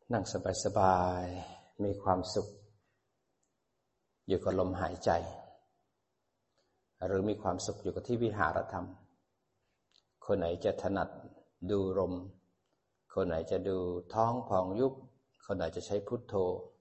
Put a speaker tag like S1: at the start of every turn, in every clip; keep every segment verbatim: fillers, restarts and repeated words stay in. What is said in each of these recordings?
S1: นั่งสบายๆมีความสุขอยู่กับลมหายใจหรือมีความสุขอยู่กับที่วิหารธรรมคนไหนจะถนัดดูลมคนไหนจะดูท้องพองยุบคนไหนจะใช้พุทโธ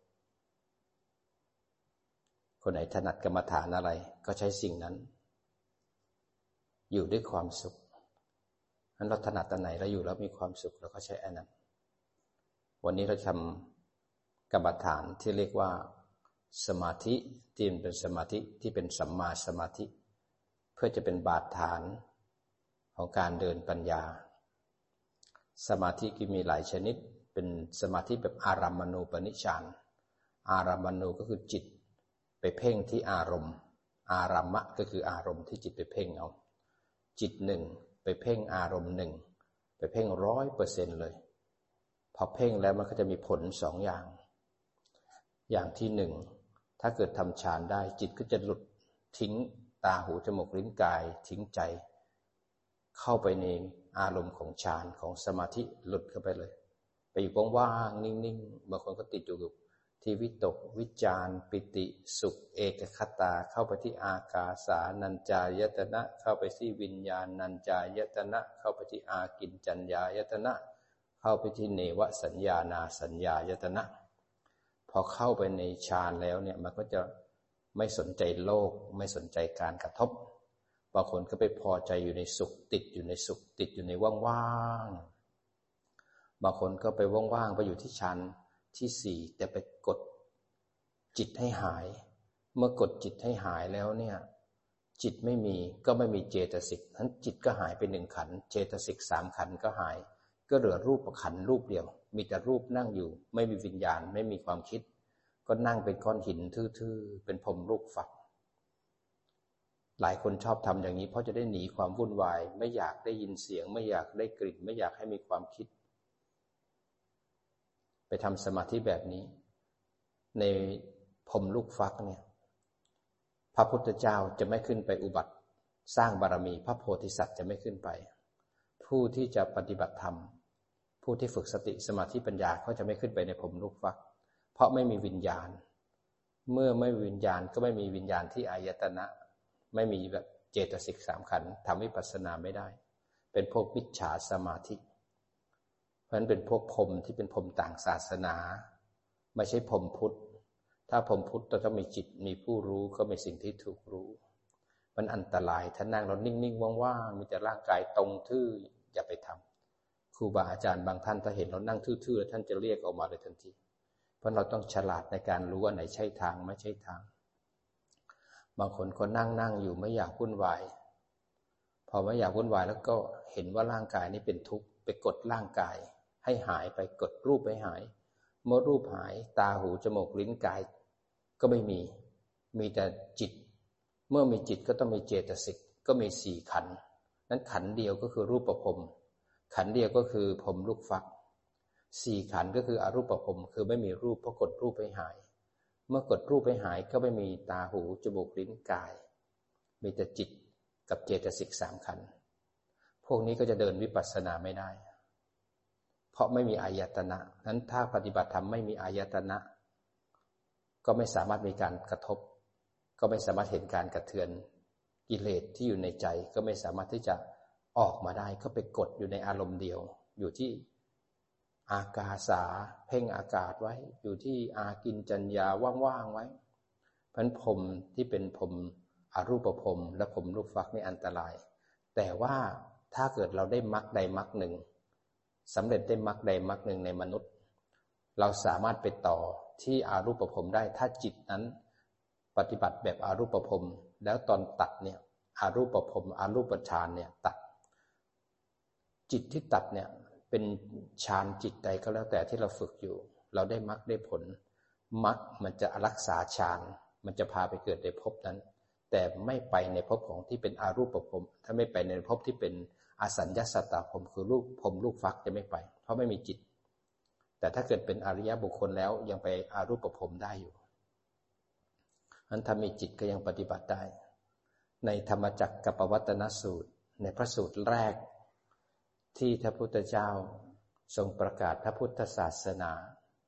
S1: คนไหนถนัดกรรมฐานอะไรก็ใช้สิ่งนั้นอยู่ด้วยความสุขนั้นเราถนัดอันไหนเราอยู่แล้วมีความสุขเราก็ใช้อันนั้นวันนี้เราทำกรรมฐานที่เรียกว่าสมาธิที่เป็นสมาธิที่เป็นสัมมาสมาธิเพื่อจะเป็นบาดฐานของการเดินปัญญาสมาธิก็มีหลายชนิดเป็นสมาธิแบบอารัมมณูปนิชฌานอารัมมณูก็คือจิตไปเพ่งที่อารมณ์อารัมมะก็คืออารมณ์ที่จิตไปเพ่งเอาจิตหนึ่งไปเพ่งอารมณ์หนึ่งไปเพ่งร้อยเปอร์เซ็นต์เลยพอเพ่งแล้วมันก็จะมีผลสองอย่างอย่างที่หนึ่งถ้าเกิดทำฌานได้จิตก็จะหลุดทิ้งตาหูจมูกลิ้นกายทิ้งใจเข้าไปในอารมณ์ของฌานของสมาธิหลุดเข้าไปเลยไปอยู่ว่างๆนิ่งๆบางคนก็ติดอยู่กับที่วิตกวิจารปิติสุขเอกคตาเข้าไปที่อากาสานัญจายตนะเข้าไปที่วิญญาณัญจายตนะเข้าไปที่อากิญจัญญายตนะเข้าไปที่เนวสัญญานาสัญญายตนะพอเข้าไปในฌานแล้วเนี่ยมันก็จะไม่สนใจโลกไม่สนใจการกระทบบางคนก็ไปพอใจอยู่ในสุขติดอยู่ในสุขติดอยู่ในว่างๆบางคนก็ไปว่างๆไปอยู่ที่ฌานที่สี่แต่ไปกดจิตให้หายเมื่อกดจิตให้หายแล้วเนี่ยจิตไม่มีก็ไม่มีเจตสิกนั้นจิตก็หายไปหนึ่งขันธ์เจตสิกสามขันธ์ก็หายก็เหลือรูปขันธ์รูปเดียวมีแต่รูปนั่งอยู่ไม่มีวิญญาณไม่มีความคิดก็นั่งเป็นก้อนหินทื่อๆเป็นพรหมลูกฝักหลายคนชอบทำอย่างนี้เพราะจะได้หนีความวุ่นวายไม่อยากได้ยินเสียงไม่อยากได้กลิ่นไม่อยากให้มีความคิดไปทำสมาธิแบบนี้ในพรหมลูกฟักเนี่ยพระพุทธเจ้าจะไม่ขึ้นไปอุบัติสร้างบารมีพระโพธิสัตว์จะไม่ขึ้นไปผู้ที่จะปฏิบัติธรรมผู้ที่ฝึกสติสมาธิปัญญาเขาจะไม่ขึ้นไปในพรหมลูกฟักเพราะไม่มีวิญญาณเมื่อไม่มีวิญญาณก็ไม่มีวิญญาณที่อายตนะไม่มีแบบเจตสิกสามขันธ์ทำวิปัสสนาไม่ได้เป็นพวกมิจฉาสมาธิเพราะฉะนั้นเป็นพวกพรหมที่เป็นพรหมต่างศาสนาไม่ใช่พรหมพุทธถ้าพรหมพุทธต้องมีจิตมีผู้รู้ก็มีสิ่งที่ถูกรู้มันอันตรายถ้านั่งเรานิ่งๆว่างๆมีแต่ร่างกายตรงทื่ออย่าไปทำครูบาอาจารย์บางท่านถ้าเห็นเรานั่งทื่อๆแล้วท่านจะเรียกออกมาเลยทันทีเพราะเราต้องฉลาดในการรู้ว่าไหนใช่ทางไม่ใช่ทางบางคนก็นั่งนั่งอยู่ไม่อยากวุ่นวายพอไม่อยากวุ่นวายแล้วก็เห็นว่าร่างกายนี้เป็นทุกข์ไปกดร่างกายให้หายไปกดรูปให้หายเมื่อรูปหายตาหูจมูกลิ้นกายก็ไม่มีมีแต่จิตเมื่อมีจิตก็ต้องมีเจตสิกก็มีสี่ขันธ์นั้นขันธ์เดียวก็คือรูปพรหมขันธ์เดียวก็คือพรหมลูกฟักสี่ขันธ์ก็คืออรูปพรหมคือไม่มีรูปเพราะกดรูปให้หายเมื่อกดรูปให้หายก็ไม่มีตาหูจมูกลิ้นกายมีแต่จิตกับเจตสิกสามขันธ์พวกนี้ก็จะเดินวิปัสสนาไม่ได้เพราะไม่มีอายตนะนั้นถ้าปฏิบัติธรรมไม่มีอายตนะก็ไม่สามารถมีการกระทบก็ไม่สามารถเห็นการกระเทือนกิเลสที่อยู่ในใจก็ไม่สามารถที่จะออกมาได้ก็ไปกดอยู่ในอารมณ์เดียวอยู่ที่อากาสาเพ่งอากาศไว้อยู่ที่อากิญจัญญาว่างๆไว้เพราะฉะนั้นพรหมที่เป็นพรหมอรูปพรหมและพรหมลูกฟักนี่อันตรายแต่ว่าถ้าเกิดเราได้มรรคใดมรรคหนึ่งสำเร็จได้มรรคใดมรรคหนึ่งในมนุษย์เราสามารถไปต่อที่อารูปพรหมได้ถ้าจิตนั้นปฏิบัติแบบอารูปพรหมแล้วตอนตัดเนี่ยอารูปพรหมอารูปฌานเนี่ยตัดจิตที่ตัดเนี่ยเป็นฌานจิตใดก็แล้วแต่ที่เราฝึกอยู่เราได้มรรคได้ผลมรรคมันจะรักษาฌานมันจะพาไปเกิดในภพนั้นแต่ไม่ไปในภพของที่เป็นอารูปพรหมถ้าไม่ไปในภพที่เป็นอสัญญสัตตพรหมคือรูปพรหมลูกฟักจะไม่ไปเพราะไม่มีจิตแต่ถ้าเกิดเป็นอริยบุคคลแล้วยังไปอารูปพรหมได้อยู่นั้นถ้ามีจิตก็ยังปฏิบัติได้ในธรรมจักรกัปวัตตนสูตรในพระสูตรแรกที่พระพุทธเจ้าทรงประกาศพระพุทธศาสนา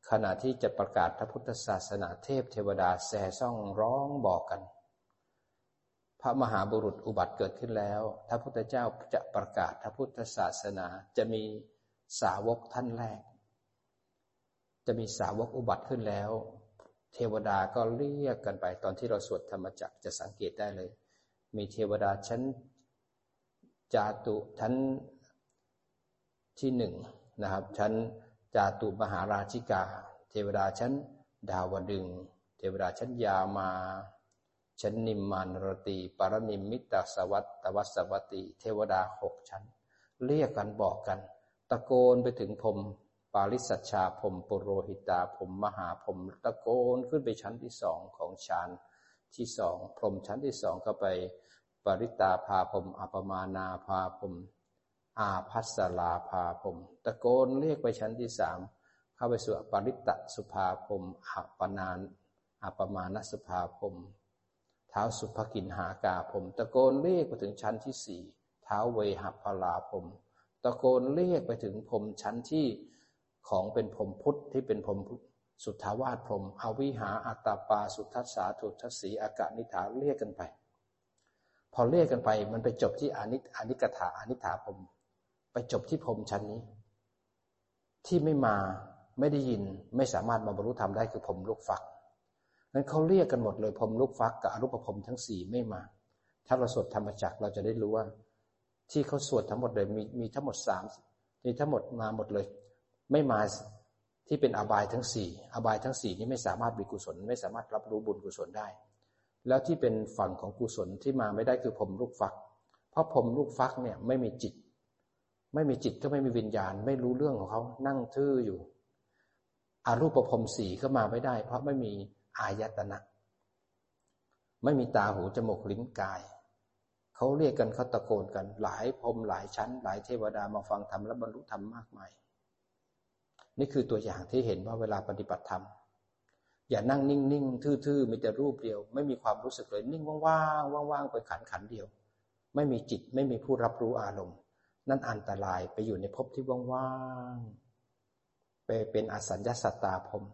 S1: ขณะที่จะประกาศพระพุทธศาสนาเทพเทวดาแส่ซ่องร้องบอกกันพระมหาบุรุษอุบัติเกิดขึ้นแล้วพระพุทธเจ้าจะประกาศพระพุทธศาสนาจะมีสาวกท่านแรกจะมีสาวกอุบัติขึ้นแล้วเทวดาก็เรียกกันไปตอนที่เราสวดธรรมจักรจะสังเกตได้เลยมีเทวดาชั้นจาตุชั้นที่หนึ่งนะครับชั้นจาตุมหาราชิกาเทวดาชั้นดาวดึงส์เทวดาชั้นยามาชั้นนิมมานรตีปรนิมมิตสวัตตวัสวัตติเทวดาหกชั้นเรียกกันบอกกันตะโกนไปถึงพรหมปาริสัชชาพรหมปุโรหิตาพรหมมหาพรหมตะโกนขึ้นไปชั้นที่สองของฌานที่สองพรหมชั้นที่สองเข้าไปปริตาภาพรหมอัปมานาภาพรหมอาภัสสราภาพรหมตะโกนเรียกไปชั้นที่สามเข้าไปสู่ปริตตสุภาพรหมอัปปนานอัปปมาณสุภาพรหมท้าวสุภกินหากาพรหมตะโกนเรียกไปถึงชั้นที่สี่ท้าวเวหพลาพรหมตะโกนเรียกไปถึงพรหมชั้นที่ของเป็นพรหมพุทธที่เป็นพรหมสุทธาวาสพรหมอวิหาอัตตาปาสุทัสสาทุทัสสีอากานิฐาเรียกกันไปพอเรียกกันไปมันไปจบที่อานิอานิกถาอานิถาพรหมไปจบที่พรหมชั้นนี้ที่ไม่มาไม่ได้ยินไม่สามารถมาบรรลุธรรมได้คือพรหมลูกฟักนั้นเขาเรียกกันหมดเลยพรหมลูกฟักกับอรูปพรหมทั้งสี่ไม่มาถ้าเราสวดธรรมจักรเราจะได้รู้ว่าที่เขาสวดทั้งหมดเลยมีมีทั้งหมดสามมีทั้งหมดมาหมดเลยไม่มาที่เป็นอบายทั้งสี่อบายทั้งสี่นี้ไม่สามารถมีกุศลไม่สามารถรับรู้บุญกุศลได้แล้วที่เป็นฝั่งของกุศลที่มาไม่ได้คือพรหมลูกฟักเพราะพรหมลูกฟักเนี่ยไม่มีจิตไม่มีจิตก็ไม่มีวิญญาณไม่รู้เรื่องของเขานั่งทื่ออยู่อารูปพรหมสี่ก็มาไม่ได้เพราะไม่มีอายตนะไม่มีตาหูจมูกลิ้นกายเขาเรียกกันเขาตะโกนกันหลายพรหมหลายชั้นหลายเทวดามาฟังธรรมและบรรลุธรรมมากมายนี่คือตัวอย่างที่เห็นว่าเวลาปฏิบัติธรรมอย่านั่งนิ่งๆทื่อๆมีแต่รูปเดียวไม่มีความรู้สึกเลยนิ่งว่างๆว่างๆไปขันขันเดียวไม่มีจิตไม่มีผู้รับรู้อารมณ์นั่นอันตรายไปอยู่ในภพที่ว่างๆไปเป็นอสัญญสัตตาพรหม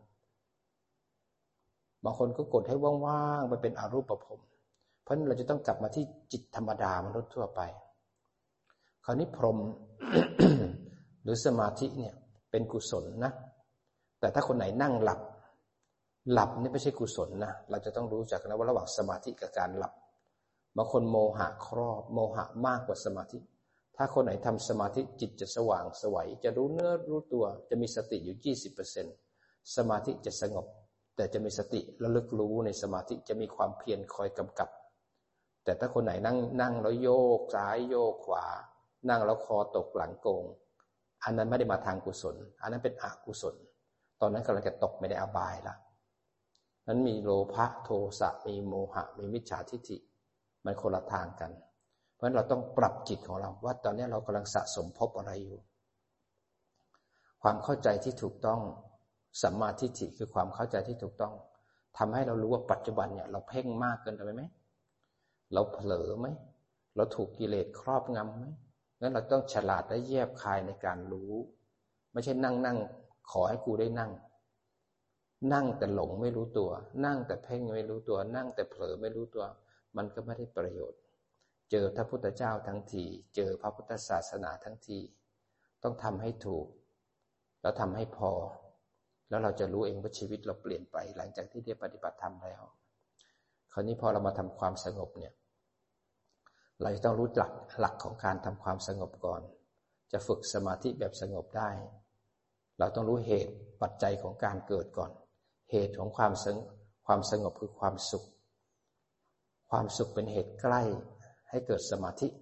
S1: บางคนก็กดให้ว่างๆไปเป็นอรูปพรหมเพราะฉะนั้นเราจะต้องกลับมาที่จิตธรรมดามนุษย์ทั่วไปคราวนี้พรหม หรือสมาธิเนี่ยเป็นกุศลนะแต่ถ้าคนไหนนั่งหลับหลับนี่ไม่ใช่กุศลนะเราจะต้องรู้จักนะว่าระหว่างสมาธิกับการหลับบางคนโมหะครอบโมหะมากกว่าสมาธิถ้าคนไหนทำสมาธิจิตจะสว่างไสวจะรู้เนื้อรู้ตัวจะมีสติอยู่ ยี่สิบเปอร์เซ็นต์ สมาธิจะสงบแต่จะมีสติระลึกรู้ในสมาธิจะมีความเพียรคอยกำกับแต่ถ้าคนไหนนั่งนั่งแล้วโยกซ้ายโยกขวานั่งแล้วคอตกหลังโกงอันนั้นไม่ได้มาทางกุศลอันนั้นเป็นอกุศลตอนนั้นกำลังจะตกไม่ได้อบายละนั้นมีโลภะโทสะมีโมหะมีมิจฉาทิฏฐิมันคนละทางกันเพราะฉะนั้นเราต้องปรับจิตของเราว่าตอนนี้เรากำลังสะสมภพอะไรอยู่ความเข้าใจที่ถูกต้องสัมมาทิฏฐิคือความเข้าใจที่ถูกต้องทำให้เรารู้ว่าปัจจุบันเนี่ยเราเพ่งมากเกินไปไหมเราเผลอไหมเราถูกกิเลสครอบงำไหมงั้นเราต้องฉลาดและแยบคายในการรู้ไม่ใช่นั่งนั่งขอให้กูได้นั่งนั่งแต่หลงไม่รู้ตัวนั่งแต่เพ่งไม่รู้ตัวนั่งแต่เผลอไม่รู้ตัวมันก็ไม่ได้ประโยชน์เจอพระพุทธเจ้าทั้งทีเจอพระพุทธศาสนาทั้งทีต้องทำให้ถูกแล้วทำให้พอแล้วเราจะรู้เองว่าชีวิตเราเปลี่ยนไปหลังจากที่ได้ปฏิบัติธรรมแล้วคราวนี้พอเรามาทำความสงบเนี่ยเราจะต้องรู้หลักหลักของการทำความสงบก่อนจะฝึกสมาธิแบบสงบได้เราต้องรู้เหตุปัจจัยของการเกิดก่อนเหตุของความสงบความสงบคือความสุขความสุขเป็นเหตุใกล้ให้เกิดสมาธิ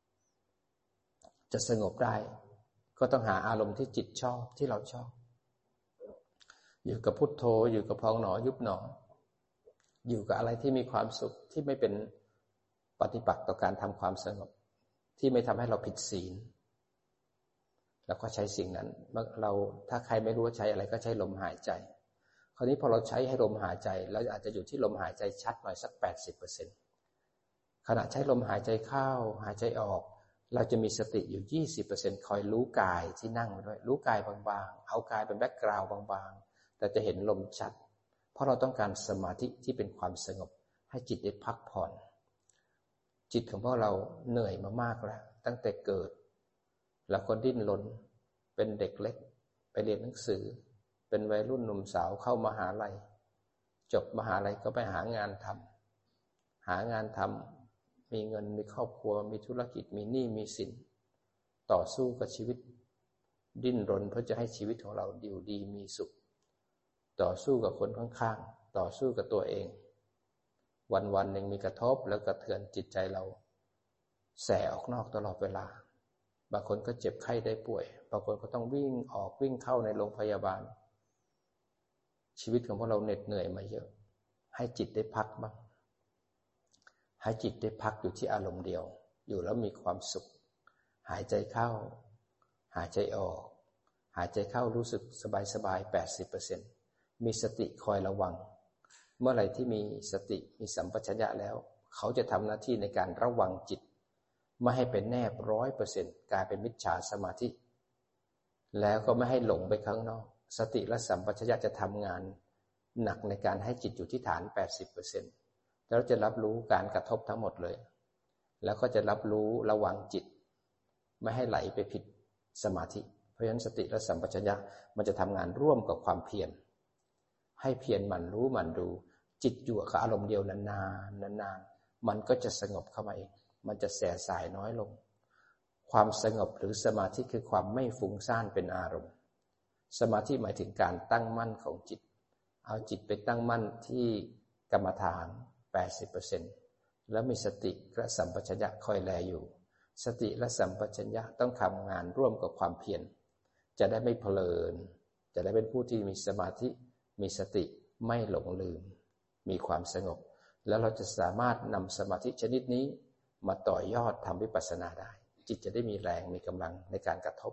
S1: จะสงบได้ก็ต้องหาอารมณ์ที่จิตชอบที่เราชอบอยู่กับพุทโธอยู่กับพองหนอยุบหนออยู่กับอะไรที่มีความสุขที่ไม่เป็นปฏิปักษ์ต่อการทำความสงบที่ไม่ทำให้เราผิดศีลแล้วก็ใช้สิ่งนั้นเราถ้าใครไม่รู้ว่าใช้อะไรก็ใช้ลมหายใจคราวนี้พอเราใช้ให้ลมหายใจเราอาจจะอยู่ที่ลมหายใจชัดหน่อยสัก แปดสิบเปอร์เซ็นต์ ขณะใช้ลมหายใจเข้าหายใจออกเราจะมีสติอยู่ ยี่สิบเปอร์เซ็นต์ คอยรู้กายที่นั่งด้วยรู้กายบางๆเอากายเป็นแบ็คกราวด์บางแต่จะเห็นลมชัดเพราะเราต้องการสมาธิที่เป็นความสงบให้จิตได้พักผ่อนจิตของพวกเราเหนื่อยมามากแล้วตั้งแต่เกิดแล้วก็ดิ้นรนเป็นเด็กเล็กไปเรียนหนังสือเป็นวัยรุ่นหนุ่มสาวเข้ามหาลัยจบมหาลัยก็ไปหางานทำหางานทำมีเงินมีครอบครัวมีธุรกิจมีหนี้มีสินต่อสู้กับชีวิตดิ้นรนเพื่อจะให้ชีวิตของเราอยู่ดีมีสุขต่อสู้กับคนข้างๆต่อสู้กับตัวเองวันๆหนึ่งมีกระทบแล้วกระเทือนจิตใจเราแส่ออกนอกตลอดเวลาบางคนก็เจ็บไข้ได้ป่วยบางคนก็ต้องวิ่งออกวิ่งเข้าในโรงพยาบาลชีวิตของพวกเราเหน็ดเหนื่อยมาเยอะให้จิตได้พักบ้างให้จิตได้พักอยู่ที่อารมณ์เดียวอยู่แล้วมีความสุขหายใจเข้าหายใจออกหายใจเข้ารู้สึกสบายๆ แปดสิบเปอร์เซ็นต์ มีสติคอยระวังเมื่อไหร่ที่มีสติมีสัมปชัญญะแล้วเขาจะทำหน้าที่ในการระวังจิตไม่ให้เป็นแนบ ร้อยเปอร์เซ็นต์ กลายเป็นมิจฉาสมาธิแล้วก็ไม่ให้หลงไปข้างนอกสติและสัมปชัญญะจะทำงานหนักในการให้จิตอยู่ที่ฐาน แปดสิบเปอร์เซ็นต์ แล้วจะรับรู้การกระทบทั้งหมดเลยแล้วก็จะรับรู้ระวังจิตไม่ให้ไหลไปผิดสมาธิเพราะฉะนั้นสติและสัมปชัญญะมันจะทำงานร่วมกับความเพียรให้เพียรหมั่นรู้หมั่นดูจิตอยู่กับอารมณ์เดียวนานๆนานๆมันก็จะสงบเข้ามาเองมันจะแส่สายน้อยลงความสงบหรือสมาธิคือความไม่ฟุ้งซ่านเป็นอารมณ์สมาธิหมายถึงการตั้งมั่นของจิตเอาจิตไปตั้งมั่นที่กรรมฐาน แปดสิบเปอร์เซ็นต์ แล้วมีสติและสัมปชัญญะคอยแลอยู่สติและสัมปชัญญะต้องทำงานร่วมกับความเพียรจะได้ไม่เพลินจะได้เป็นผู้ที่มีสมาธิมีสติไม่หลงลืมมีความสงบแล้วเราจะสามารถนำสมาธิชนิดนี้มาต่อยอดทำวิปัสสนาได้จิตจะได้มีแรงมีกำลังในการกระทบ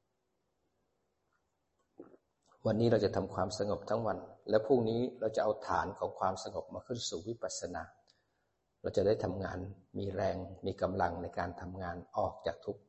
S1: วันนี้เราจะทำความสงบทั้งวันและพรุ่งนี้เราจะเอาฐานของความสงบมาขึ้นสู่วิปัสสนาเราจะได้ทำงานมีแรงมีกำลังในการทำงานออกจากทุกข์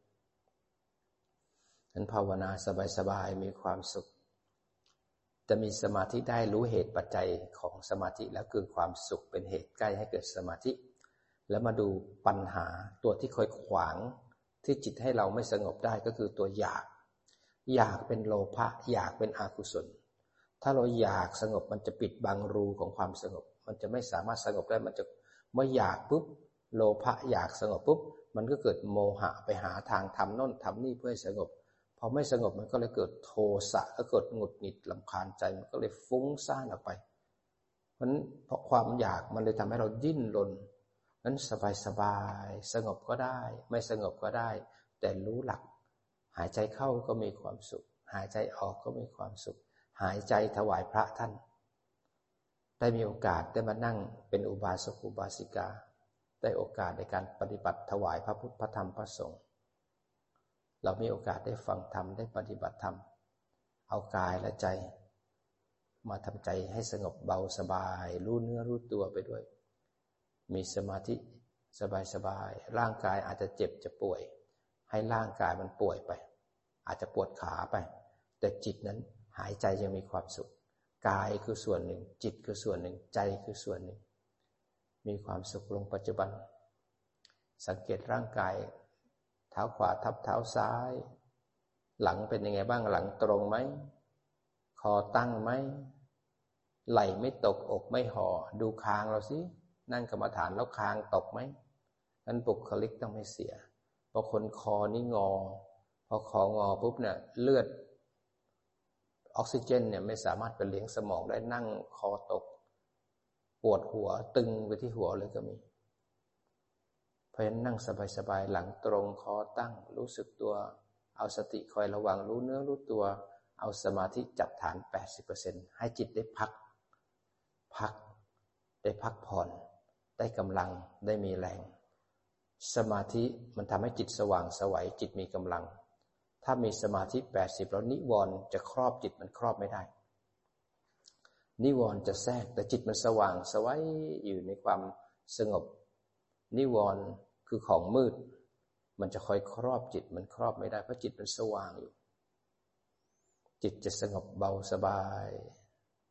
S1: นั้นภาวนาสบายๆมีความสุขจะมีสมาธิได้รู้เหตุปัจจัยของสมาธิแล้วคือความสุขเป็นเหตุใกล้ให้เกิดสมาธิแล้วมาดูปัญหาตัวที่คอยขวางที่จิตให้เราไม่สงบได้ก็คือตัวอยากอยากเป็นโลภะอยากเป็นอกุศลถ้าเราอยากสงบมันจะปิดบังรูของความสงบมันจะไม่สามารถสงบได้มันจะเมื่ออยากปุ๊บโลภะอยากสงบปุ๊บมันก็เกิดโมหะไปหาทางทำโน่นทำนี่เพื่อให้สงบพอไม่สงบมันก็เลยเกิดโทสะก็เกิดหงุดหงิดรำคาญใจมันก็เลยฟุ้งซ่านออกไปเพราะนั้นเพราะความอยากมันเลยทำให้เราดิ้นรนนั้นสบายๆสงบก็ได้ไม่สงบก็ได้แต่รู้หลักหายใจเข้าก็มีความสุขหายใจออกก็มีความสุขหายใจถวายพระท่านได้มีโอกาสได้มานั่งเป็นอุบาสกอุบาสิกาได้โอกาสในการปฏิบัติถวายพระพุทธพระธรรมพระสงฆ์เรามีโอกาสได้ฟังธรรมได้ปฏิบัติธรรมเอากายและใจมาทำใจให้สงบเบาสบายรู้เนื้อรู้ตัวไปด้วยมีสมาธิสบายๆร่างกายอาจจะเจ็บจะป่วยให้ร่างกายมันป่วยไปอาจจะปวดขาไปแต่จิตนั้นหายใจยังมีความสุขกายคือส่วนหนึ่งจิตคือส่วนหนึ่งใจคือส่วนหนึ่งมีความสุขลงปัจจุบันสังเกตร่างกายเท้าขวาทับเท้าซ้ายหลังเป็นยังไงบ้างหลังตรงไหมคอตั้งไหมไหล่ไม่ตกอกไม่ห่อดูคางเราสินั่งกรรมฐานแล้วคางตกไหมนั้นบุคลิกต้องไม่เสียเพราะคนคอนี่งอพอคองอปุ๊บเนี่ยเลือดออกซิเจนเนี่ยไม่สามารถไปเลี้ยงสมองได้นั่งคอตกปวดหัวตึงไปที่หัวเลยก็มีเพราะฉะนั้นนั่งสบายๆหลังตรงคอตั้งรู้สึกตัวเอาสติคอยระวังรู้เนื้อรู้ตัวเอาสมาธิจับฐาน แปดสิบเปอร์เซ็นต์ ให้จิตได้พักพักได้พักผ่อนได้กำลังได้มีแรงสมาธิมันทำให้จิตสว่างไสวจิตมีกำลังถ้ามีสมาธิแปดสิบแล้วนิวรณ์จะครอบจิตมันครอบไม่ได้นิวรณ์จะแทรกแต่จิตมันสว่างไสวอยู่ในความสงบนิวรณ์คือของมืดมันจะคอยครอบจิตมันครอบไม่ได้เพราะจิตมันสว่างอยู่จิตจะสงบเบาสบาย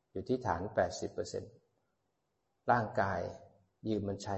S1: อยู่ที่ฐาน แปดสิบเปอร์เซ็นต์ ร่างกายยืมมันใช้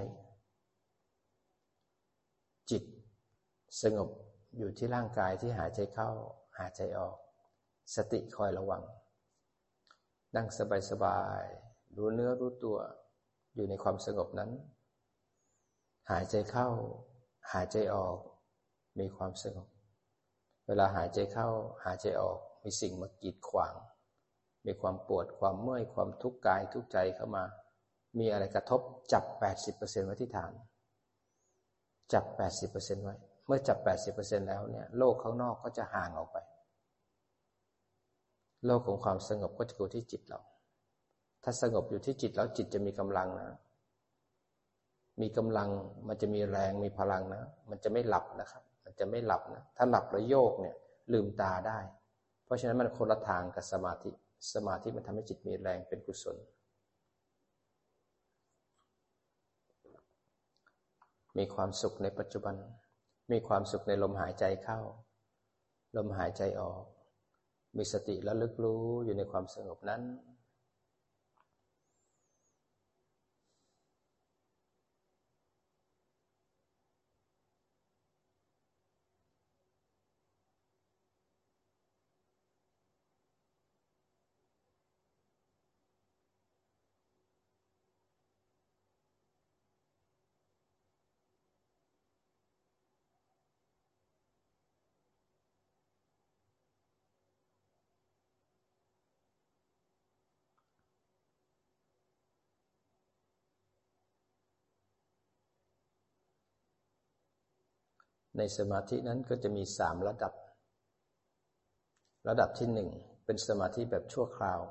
S1: จิตสงบอยู่ที่ร่างกายที่หายใจเข้าหายใจออกสติคอยระวังนั่งสบายๆรู้เนื้อรู้ตัวอยู่ในความสงบนั้นหายใจเข้าหายใจออกมีความสงบเวลาหายใจเข้าหายใจออกมีสิ่งมากีดขวางมีความปวดความเมื่อยความทุกข์กายทุกข์ใจเข้ามามีอะไรกระทบจับ แปดสิบเปอร์เซ็นต์ ไว้ที่ฐานจับ แปดสิบเปอร์เซ็นต์ ไว้เมื่อจับ แปดสิบเปอร์เซ็นต์ แล้วเนี่ยโลกข้างนอกก็จะห่างออกไปโลกของความสงบก็จะอยู่ที่จิตเราถ้าสงบอยู่ที่จิตแล้วจิตจะมีกำลังนะมีกำลังมันจะมีแรงมีพลังนะมันจะไม่หลับนะครับมันจะไม่หลับนะถ้าหลับแล้วโยกเนี่ยลืมตาได้เพราะฉะนั้นมันคนละทางกับสมาธิสมาธิมันทำให้จิตมีแรงเป็นกุศลมีความสุขในปัจจุบันมีความสุขในลมหายใจเข้าลมหายใจออกมีสติระลึกรู้อยู่ในความสงบนั้นในสมาธินั้นก็จะมีสามระดับระดับที่หนึ่งเป็นสมาธิแบบชั่วคราว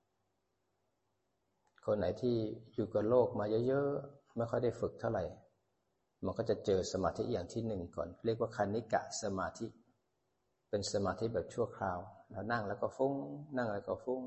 S1: คนไหนที่อยู่กับโลกมาเยอะๆไม่ค่อยได้ฝึกเท่าไหร่มันก็จะเจอสมาธิอย่างที่หนึ่งก่อนเรียกว่าคณิกะสมาธิเป็นสมาธิแบบชั่วคราวเรานั่งแล้วก็ฟุ้งนั่งแล้วก็ฟุ้ง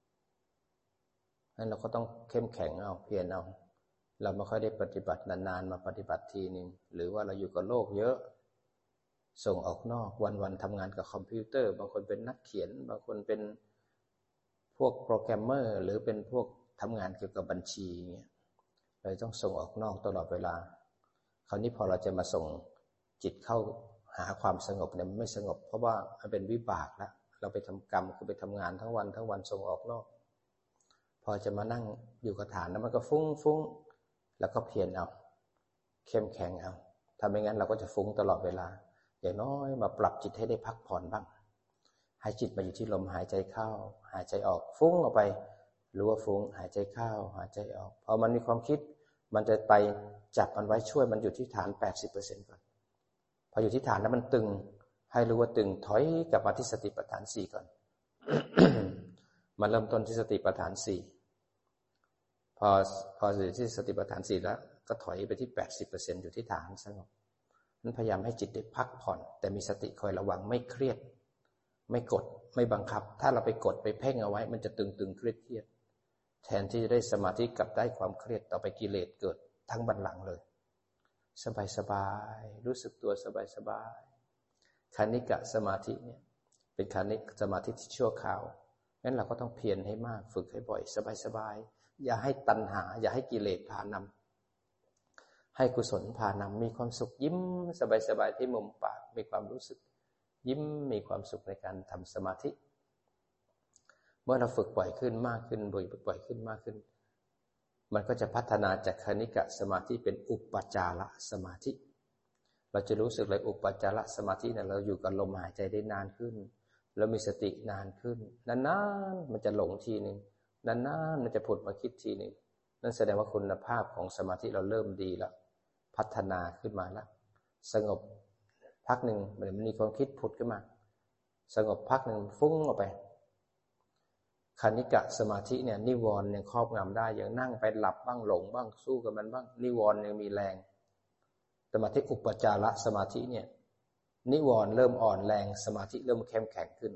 S1: งั้นเราก็ต้องเข้มแข็งเอาเพียรเอาเราไม่ค่อยได้ปฏิบัตินานๆมาปฏิบัติทีนึงหรือว่าเราอยู่กับโลกเยอะส่งออกนอกวันๆทำงานกับคอมพิวเตอร์บางคนเป็นนักเขียนบางคนเป็นพวกโปรแกรมเมอร์หรือเป็นพวกทำงานเกี่ยวกับบัญชีเงี้ยเราต้องส่งออกนอกตลอดเวลาคราวนี้พอเราจะมาส่งจิตเข้าหาความสงบเนี่ยมันไม่สงบเพราะว่ามันเป็นวิบากแล้วเราไปทำกรรมคือไปทำงานทั้งวันทั้งวันส่งออกนอกพอจะมานั่งอยู่กับฐานแล้วมันก็ฟุ้งฟุ้งแล้วก็เพียรเอาเข้มแข็งเอาถ้าไม่งั้นเราก็จะฟุ้งตลอดเวลาอย่างน้อยมาปรับจิตให้ได้พักผ่อนบ้างให้จิตมาอยู่ที่ลมหายใจเข้าหายใจออกฟุ้งออกไปรู้ว่าฟุ้งหายใจเข้าหายใจออกพอมันมีความคิดมันจะไปจับมันไว้ช่วยมันอยู่ที่ฐาน แปดสิบเปอร์เซ็นต์ ก่อนพออยู่ที่ฐานแล้วมันตึงให้รู้ว่าตึงถอยกลับมาที่สติปัฏฐานสี่ก่อน มาเริ่มต้นที่สติปัฏฐานสี่พอพออยู่ที่สติปัฏฐานสี่แล้วก็ถอยไปที่ แปดสิบเปอร์เซ็นต์ อยู่ที่ฐานสงบนั้นพยายามให้จิตได้พักผ่อนแต่มีสติคอยระวังไม่เครียดไม่กดไม่บังคับถ้าเราไปกดไปเพ่งเอาไว้มันจะตึงๆเครียดๆแทนที่จะได้สมาธิกลับได้ความเครียดต่อไปกิเลสเกิดทั้งบัลลังก์เลยสบายๆรู้สึกตัวสบายๆคณิกะสมาธิเนี่ยเป็นคณิกสมาธิที่ชั่วคราวงั้นเราก็ต้องเพียรให้มากฝึกให้บ่อยสบายๆอย่าให้ตัณหาอย่าให้กิเลสพานำให้กุศลพานำมีความสุขยิ้มสบายๆที่มุมปากมีความรู้สึกยิ้มมีความสุขในการทำสมาธิเมื่อเราฝึกบ่อยขึ้นมากขึ้นบ่อยบ่อยขึ้นมากขึ้นมันก็จะพัฒนาจากคณิกะสมาธิเป็นอุปจารสมาธิเราจะรู้สึกเลยอุปจารสมาธิเนี่ยเราอยู่กับลมหายใจได้นานขึ้นแล้วมีสตินานขึ้นนานๆมันจะหลงทีนึงนานๆมันจะผุดมาคิดทีนึงนั่นแสดงว่าคุณภาพของสมาธิเราเริ่มดีแล้วพัฒนาขึ้นมาแล้วสงบพักหนึ่งมันมีความคิดผุดขึ้นมาสงบพักหนึ่งฟุ้งออกไปคณิกะสมาธิเนี่ยนิวรณ์ยังครอบงำได้ยังนั่งไปหลับบ้างหลงบ้างสู้กับมันบ้างนิวรณ์ยังมีแรงสมาธิอุปจารสมาธิเนี่ยนิวรณ์เริ่มอ่อนแรงสมาธิเริ่มเข้มแข็งขึ้น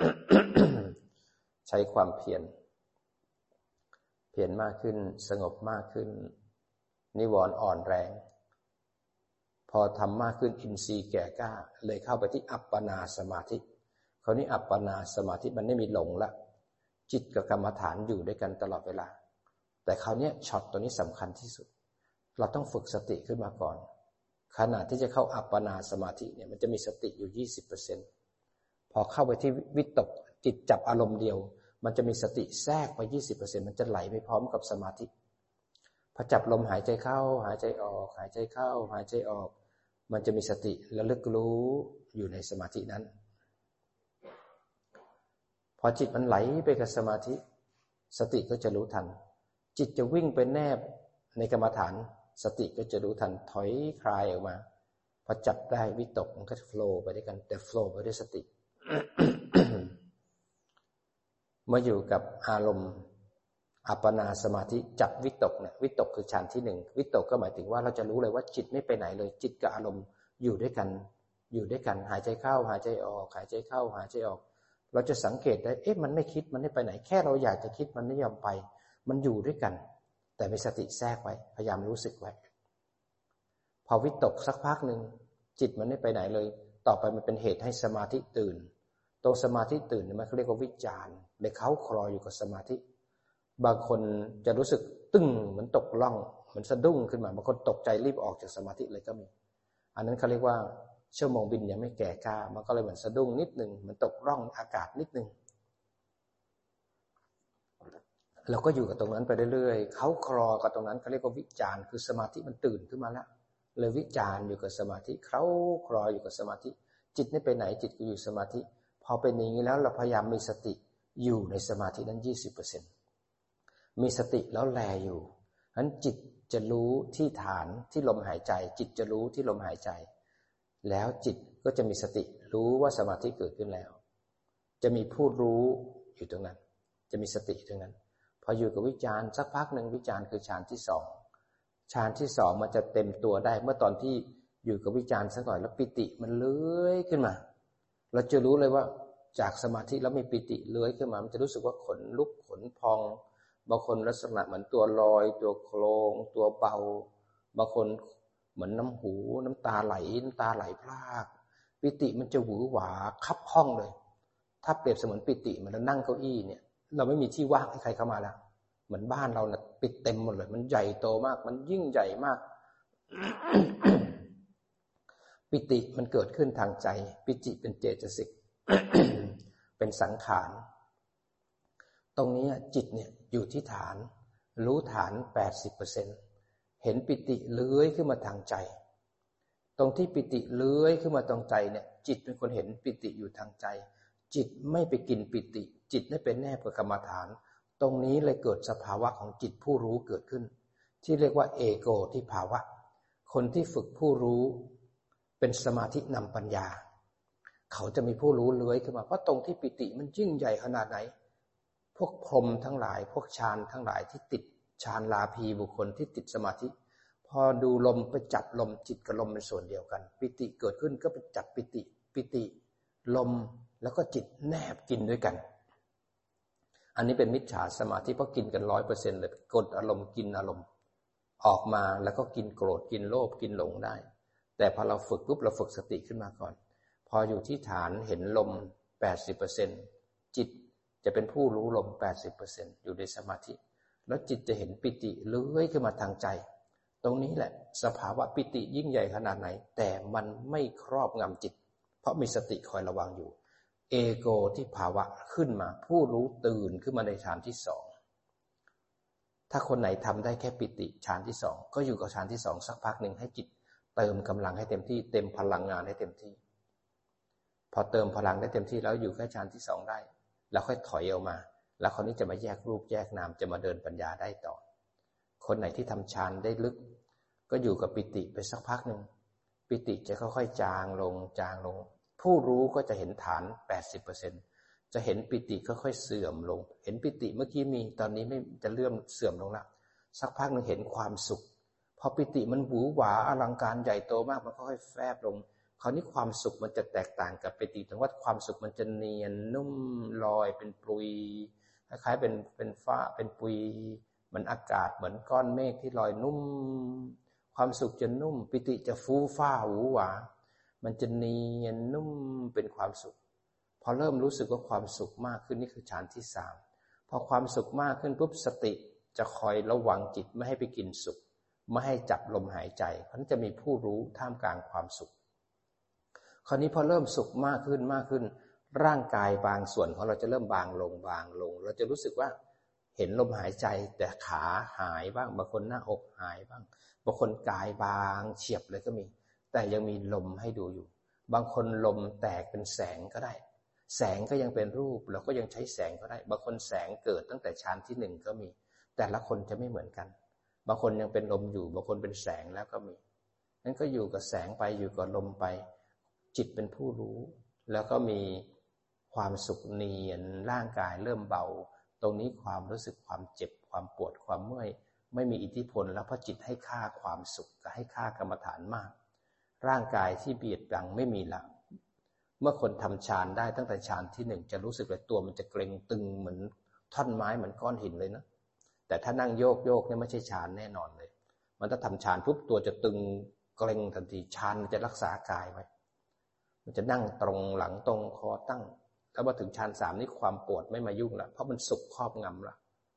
S1: ใช้ความเพียรเพียรมากขึ้นสงบมากขึ้นนิวรณ์อ่อนแรงพอทำมากขึ้นอินทรีย์แก่กล้าเลยเข้าไปที่อัปปนาสมาธิคราวนี้อัปปนาสมาธิมันไม่มีหลงละจิตกับกรรมฐานอยู่ด้วยกันตลอดเวลาแต่คราวนี้ช็อตตัวนี้สำคัญที่สุดเราต้องฝึกสติขึ้นมาก่อนขณะที่จะเข้าอัปปนาสมาธิเนี่ยมันจะมีสติอยู่ ยี่สิบเปอร์เซ็นต์ พอเข้าไปที่วิตกจิตจับอารมณ์เดียวมันจะมีสติแทรกไป ยี่สิบเปอร์เซ็นต์ มันจะไหลไปพร้อมกับสมาธิพอจับลมหายใจเข้าหายใจออกหายใจเข้าหายใจออกมันจะมีสติระลึกรู้อยู่ในสมาธินั้นพอจิตมันไหลไปกับสมาธิสติก็จะรู้ทันจิตจะวิ่งไปแนบในกรรมฐานสติก็จะรู้ทันถอยคลายออกมาพอจับได้วิตกมันก็โฟลว์ไปด้วยกันแต่โฟลว์ไปด้วยสติ เมื่ออยู่กับอารมณ์อัปปนาสมาธิจับวิตกเนี่ยวิตกคือฌานที่หนึ่งวิตกก็หมายถึงว่าเราจะรู้เลยว่าจิตไม่ไปไหนเลยจิตกับอารมณ์อยู่ด้วยกันอยู่ด้วยกันหายใจเข้าหายใจออกหายใจเข้าหายใจออกเราจะสังเกตได้เอ๊ะมันไม่คิดมันไม่ไปไหนแค่เราอยากจะคิดมันไม่ยอมไปมันอยู่ด้วยกันแต่มีสติแทรกไว้พยายามรู้สึกไว้พอวิตกสักพักนึงจิตมันไม่ไปไหนเลยต่อไปมันเป็นเหตุให้สมาธิตื่นตรงสมาธิตื่นเนี่ยมันเรียกว่าวิจารณ์ในเขาคลออยู่กับสมาธิบางคนจะรู้สึกตึ้งเหมือนตกล่องเหมือนสะดุ้งขึ้นมาบางคนตกใจรีบออกจากสมาธิเลยก็มีอันนั้นเขาเรียกว่าชั่วโมงบินยังไม่แก่กล้ามันก็เลยเหมือนสะดุ้งนิดนึงเหมือนตกร่องอากาศนิดนึงเราก็อยู่กับตรงนั้นไปเรื่อยๆเขาคลอกับตรงนั้นเขาเรียกว่าวิจารณ์คือสมาธิมันตื่นขึ้นมาแล้วเลยวิจารณ์อยู่กับสมาธิเขาคลออยู่กับสมาธิจิตไม่ไปไหนจิตก็อยู่สมาธิพอเป็นอย่างนี้แล้วเราพยายามมีสติอยู่ในสมาธินั้น ยี่สิบเปอร์เซ็นต์ มีสติแล้วแลอยู่ฉะนั้นจิตจะรู้ที่ฐานที่ลมหายใจจิตจะรู้ที่ลมหายใจแล้วจิตก็จะมีสติรู้ว่าสมาธิเกิดขึ้นแล้วจะมีผู้รู้อยู่ตรงนั้นจะมีสติตรงนั้นพออยู่กับวิจารณ์สักพักหนึ่งวิจารณ์คือฌานที่สองฌานที่สองมันจะเต็มตัวได้เมื่อตอนที่อยู่กับวิจารณ์สักหน่อยแล้วปิติมันเลื้อยขึ้นมาเราจะรู้เลยว่าจากสมาธิแล้วมีปิติเลื้อยขึ้นมามันจะรู้สึกว่าขนลุกขนพองบางคนลักษณะเหมือนตัวลอยตัวโครงตัวเบาบางคนเหมือนน้ำหูน้ำตาไหลน้ำตาไหลพรากปิติมันจะหวือหวาคับห้องเลยถ้าเปรียบเสมือนปิติเหมือนเรานั่งเก้าอี้เนี่ยเราไม่มีที่ว่างให้ใครเข้ามาแล้วเหมือนบ้านเราเนี่ยปิดเต็มหมดเลยมันใหญ่โตมากมันยิ่งใหญ่มาก ปิติมันเกิดขึ้นทางใจปิติเป็นเจตสิก เป็นสังขารตรงนี้จิตเนี่ยอยู่ที่ฐานรู้ฐาน แปดสิบเปอร์เซ็นต์ เห็นปิติเลื้อยขึ้นมาทางใจตรงที่ปิติเลื้อยขึ้นมาตรงใจเนี่ยจิตเป็นคนเห็นปิติอยู่ทางใจจิตไม่ไปกินปิติจิตไม่เป็นแนบกับกรรมฐานตรงนี้เลยเกิดสภาวะของจิตผู้รู้เกิดขึ้นที่เรียกว่าเอโกทิภาวะคนที่ฝึกผู้รู้เป็นสมาธินำปัญญาเขาจะมีผู้รู้เลื้อยขึ้นมาเพราะตรงที่ปิติมันยิ่งใหญ่ขนาดไหนพวกพรหมทั้งหลายพวกฌานทั้งหลายที่ติดฌานลาภีบุคคลที่ติดสมาธิพอดูลมไปจับลมจิตกับลมเป็นส่วนเดียวกันปิติเกิดขึ้นก็ไปจับปิติปิติลมแล้วก็จิตแนบกินด้วยกันอันนี้เป็นมิจฉาสมาธิเพราะกินกัน ร้อยเปอร์เซ็นต์ เลยกดอารมณ์กินอารมณ์ออกมาแล้วก็กินโกรธกินโลภกินหลงได้แต่พอเราฝึกปุ๊บเราฝึกสติขึ้นมาก่อนพออยู่ที่ฐานเห็นลม แปดสิบเปอร์เซ็นต์ จิตจะเป็นผู้รู้ลม แปดสิบเปอร์เซ็นต์ อยู่ในสมาธิแล้วจิตจะเห็นปิติเลื้อยขึ้นมาทางใจตรงนี้แหละสภาวะปิติยิ่งใหญ่ขนาดไหนแต่มันไม่ครอบงำจิตเพราะมีสติคอยระวังอยู่เอโกที่ภาวะขึ้นมาผู้รู้ตื่นขึ้นมาในฌานที่สองถ้าคนไหนทำได้แค่ปิติฌานที่สองก็อยู่กับฌานที่สองสักพักหนึ่งให้จิตเติมกำลังให้เต็มที่เต็มพลังงานให้เต็มที่พอเติมพลังได้เต็มที่แล้วอยู่แค่ฌานที่สองได้แล้วค่อยถอยออกมาแล้วคนนี้จะมาแยกรูปแยกนามจะมาเดินปัญญาได้ต่อคนไหนที่ทำฌานได้ลึกก็อยู่กับปิติไปสักพักหนึ่งปิติจะค่อยๆจางลงจางลงผู้รู้ก็จะเห็นฐาน แปดสิบเปอร์เซ็นต์ จะเห็นปิติค่อยๆเสื่อมลงเห็นปิติเมื่อกี้มีตอนนี้ไม่จะเลื่อมเสื่อมลงละสักพักนึงเห็นความสุขพอปิติมันหวือหวาอลังการใหญ่โตมากมันค่อยๆแฟบลงคราวนี้ความสุขมันจะแตกต่างกับปิติตรงว่าความสุขมันจะเนียนนุ่มลอยเป็นปุยคล้ายๆเป็นเป็นฟ้าเป็นปุยเหมือนอากาศเหมือนก้อนเมฆที่ลอยนุ่มความสุขจะนุ่มปิติจะฟูฟ้าหวือหวามันจะเนียนนุ่มเป็นความสุขพอเริ่มรู้สึกว่าความสุขมากขึ้นนี่คือฌานที่สามพอความสุขมากขึ้นปุ๊บสติจะคอยระวังจิตไม่ให้ไปกินสุขไม่ให้จับลมหายใจเพราะนั้นจะมีผู้รู้ท่ามกลางความสุขคราวนี้พอเริ่มสุขมากขึ้นมากขึ้นร่างกายบางส่วนของเราจะเริ่มบางลงบางลงเราจะรู้สึกว่าเห็นลมหายใจแต่ขาหายบ้างบางคนหน้าอกหายบ้างบางคนกายบางเฉียบเลยก็มีแต่ยังมีลมให้ดูอยู่บางคนลมแตกเป็นแสงก็ได้แสงก็ยังเป็นรูปเราก็ยังใช้แสงก็ได้บางคนแสงเกิดตั้งแต่ฌานที่หนึ่งก็มีแต่ละคนจะไม่เหมือนกันบางคนยังเป็นลมอยู่บางคนเป็นแสงแล้วก็มีนั้นก็อยู่กับแสงไปอยู่กับลมไปจิตเป็นผู้รู้แล้วก็มีความสุขเนียนร่างกายเริ่มเบาตรงนี้ความรู้สึกความเจ็บความปวดความเมื่อยไม่มีอิทธิพลแล้วเพราะจิตให้ค่าความสุขกับให้ค่ากรรมฐานมากร่างกายที่เบียดบังไม่มีละเมื่อคนทำฌานได้ตั้งแต่ฌานที่หนึ่งจะรู้สึกเลยตัวมันจะเกร็งตึงเหมือนท่อนไม้เหมือนก้อนหินเลยนะแต่ถ้านั่งโยกโยกเนี่ยไม่ใช่ฌานแน่นอนเลยมันถ้าทำฌานปุ๊บตัวจะตึงเกร็งทันทีฌานมันจะรักษากายไว้มันจะนั่งตรงหลังตรงคอตั้งแล้วมาถึงฌานสามนี่ความปวดไม่มายุ่งละเพราะมันสุขครอบงำละ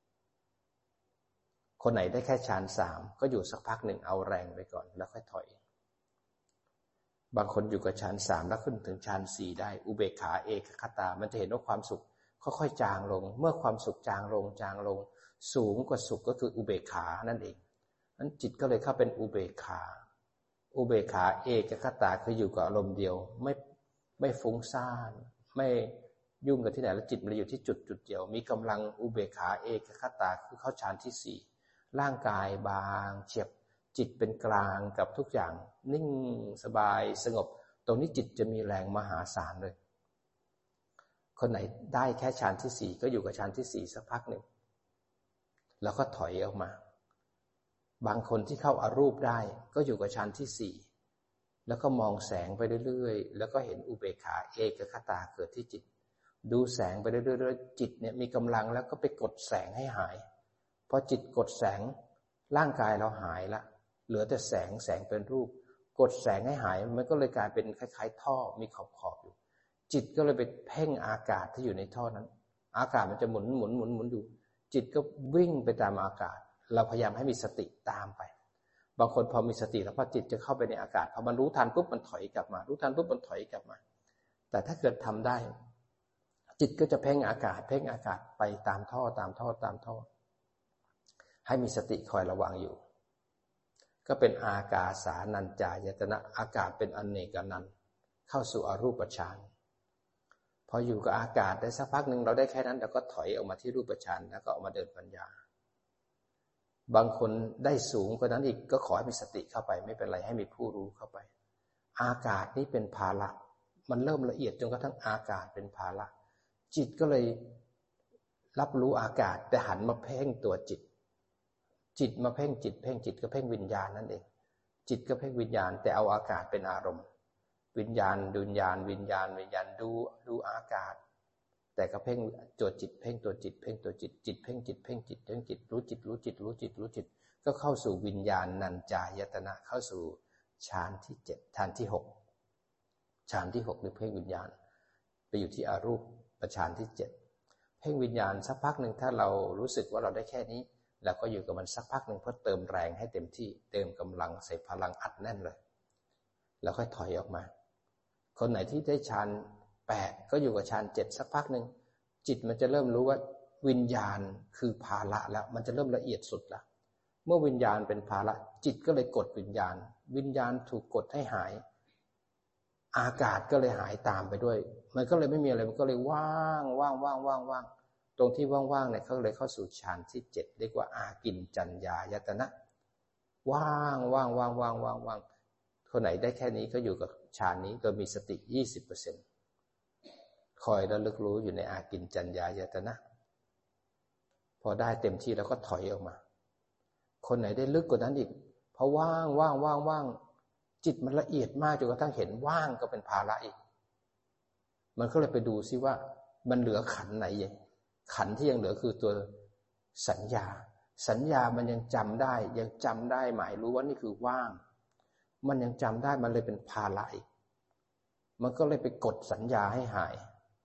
S1: คนไหนได้แค่ฌานสามก็อยู่สักพักหนึ่งเอาแรงไปก่อนแล้วค่อยถอยบางคนอยู่กับฌานสามแล้วขึ้นถึงฌานสี่ได้อุเบกขาเอกคตามันจะเห็นว่าความสุขค่อยๆจางลงเมื่อความสุขจางลงจางลงสูงกว่าสุขก็คืออุเบกขานั่นเองนั้นจิตก็เลยเข้าเป็นอุเบกขาอุเบกขาเอกคตาคืออยู่กับอารมณ์เดียวไม่ไม่ฟุ้งซ่านไม่ยุ่งกับที่ไหนแล้วจิตมันอยู่ที่จุดจุดเดียวมีกำลังอุเบกขาเอกคตาคือเข้าฌานที่สี่ร่างกายบางเฉียบจิตเป็นกลางกับทุกอย่างนิ่งสบายสงบตรงนี้จิตจะมีแรงมหาศาลเลยคนไหนได้แค่ฌานที่สี่ก็อยู่กับฌานที่สี่สักพักหนึ่งแล้วก็ถอยออกมาบางคนที่เข้าอารูปได้ก็อยู่กับฌานที่สี่แล้วก็มองแสงไปเรื่อยๆแล้วก็เห็นอุเบกขาเอกคตาเกิดที่จิตดูแสงไปเรื่อยๆจิตเนี่ยมีกำลังแล้วก็ไปกดแสงให้หายพอจิตกดแสงร่างกายเราหายละเหลือแต่แสงแสงเป็นรูปกดแสงให้หายมันก็เลยกลายเป็นคล้ายๆท่อมีขอบๆอยู่จิตก็เลยไปเพ่งอากาศที่อยู่ในท่อนั้นอากาศมันจะหมุนหมุนหมุนหมุนอยู่จิตก็วิ่งไปตามอากาศเราพยายามให้มีสติตามไปบางคนพอมีสติแล้วพอจิตจะเข้าไปในอากาศพอมันรู้ทันปุ๊บมันถอยกลับมารู้ทันปุ๊บมันถอยกลับมาแต่ถ้าเกิดทำได้จิตก็จะเพ่งอากาศเพ่งอากาศไปตามท่อตามท่อตามท่อให้มีสติคอยระวังอยู่ก็เป็นอากาสานัญจายตนะอากาศเป็นอเนกอนันต์เข้าสู่อรูปฌานพออยู่กับอากาศได้สักพักหนึ่งเราได้แค่นั้นเราก็ถอยออกมาที่รูปฌานแล้วก็ออกมาเดินปัญญาบางคนได้สูงกว่านั้นอีกก็ขอให้มีสติเข้าไปไม่เป็นไรให้มีผู้รู้เข้าไปอากาศนี้เป็นภาระมันเริ่มละเอียดจนกระทั่งอากาศเป็นภาระจิตก็เลยรับรู้อากาศแต่หันมาเพ่งตัวจิตจิตมาเพ่งจิตเพ่งจิตก็เพ่งวิญญาณนั่นเองจิตก็เพ่งวิญญาณแต่เอาอากาศเป็นอารมณ์วิญญาณดุญญาณวิญญาณวิญญาณดูดูอากาศแต่ก็เพ่งตัวจิตเพ่งตัวจิตเพ่งตัวจิตจิตเพ่งจิตเพ่งจิตเพ่งจิตรู้จิตรู้จิตรู้จิตรู้จิตก็เข้าสู่วิญญาณนัญจายตนะเข้าสู่ฌานที่เจ็ดฌานที่หกฌานที่หกหรือเพ่งวิญญาณไปอยู่ที่อรูปฌานที่เจ็ดเพ่งวิญญาณสักพักหนึ่งถ้าเรารู้สึกว่าเราได้แค่นี้เราก็อยู่กับมันสักพักหนึ่งเพื่อเติมแรงให้เต็มที่เติมกำลังใส่พลังอัดแน่นเลยแล้วค่อยถอยออกมาคนไหนที่ได้ฌานแปดก็อยู่กับฌานเจ็ดสักพักหนึ่งจิตมันจะเริ่มรู้ว่าวิญญาณคือภาระแล้วมันจะเริ่มละเอียดสุดแล้วเมื่อวิญญาณเป็นภาระจิตก็เลยกดวิญญาณวิญญาณถูกกดให้หายอากาศก็เลยหายตามไปด้วยมันก็เลยไม่มีอะไรมันก็เลยว่างว่างว่างว่างว่างตรงที่ว่างๆเนี่ยเขาเลยเข้าสู่ฌานที่เจ็ดเรียกว่าอากินจัญญายตนะว่างว่างว่างว่างว่างว่างคนไหนได้แค่นี้ก็อยู่กับฌานนี้โดยมีสติ ยี่สิบเปอร์เซ็นต์ คอยระลึกรู้อยู่ในอากินจัญญายตนะพอได้เต็มที่แล้วก็ถอยออกมาคนไหนได้ลึกกว่านั้นอีกพอว่างว่างว่างว่างจิตมันละเอียดมากจนกระทั่งเห็นว่างก็เป็นภาระอีกมันก็เลยไปดูซิว่ามันเหลือขันธ์ไหนยังขันธ์ที่ยังเหลือคือตัวสัญญาสัญญามันยังจำได้ยังจำได้หมายรู้ว่านี่คือว่างมันยังจำได้มันเลยเป็นภาระอีกมันก็เลยไปกดสัญญาให้หาย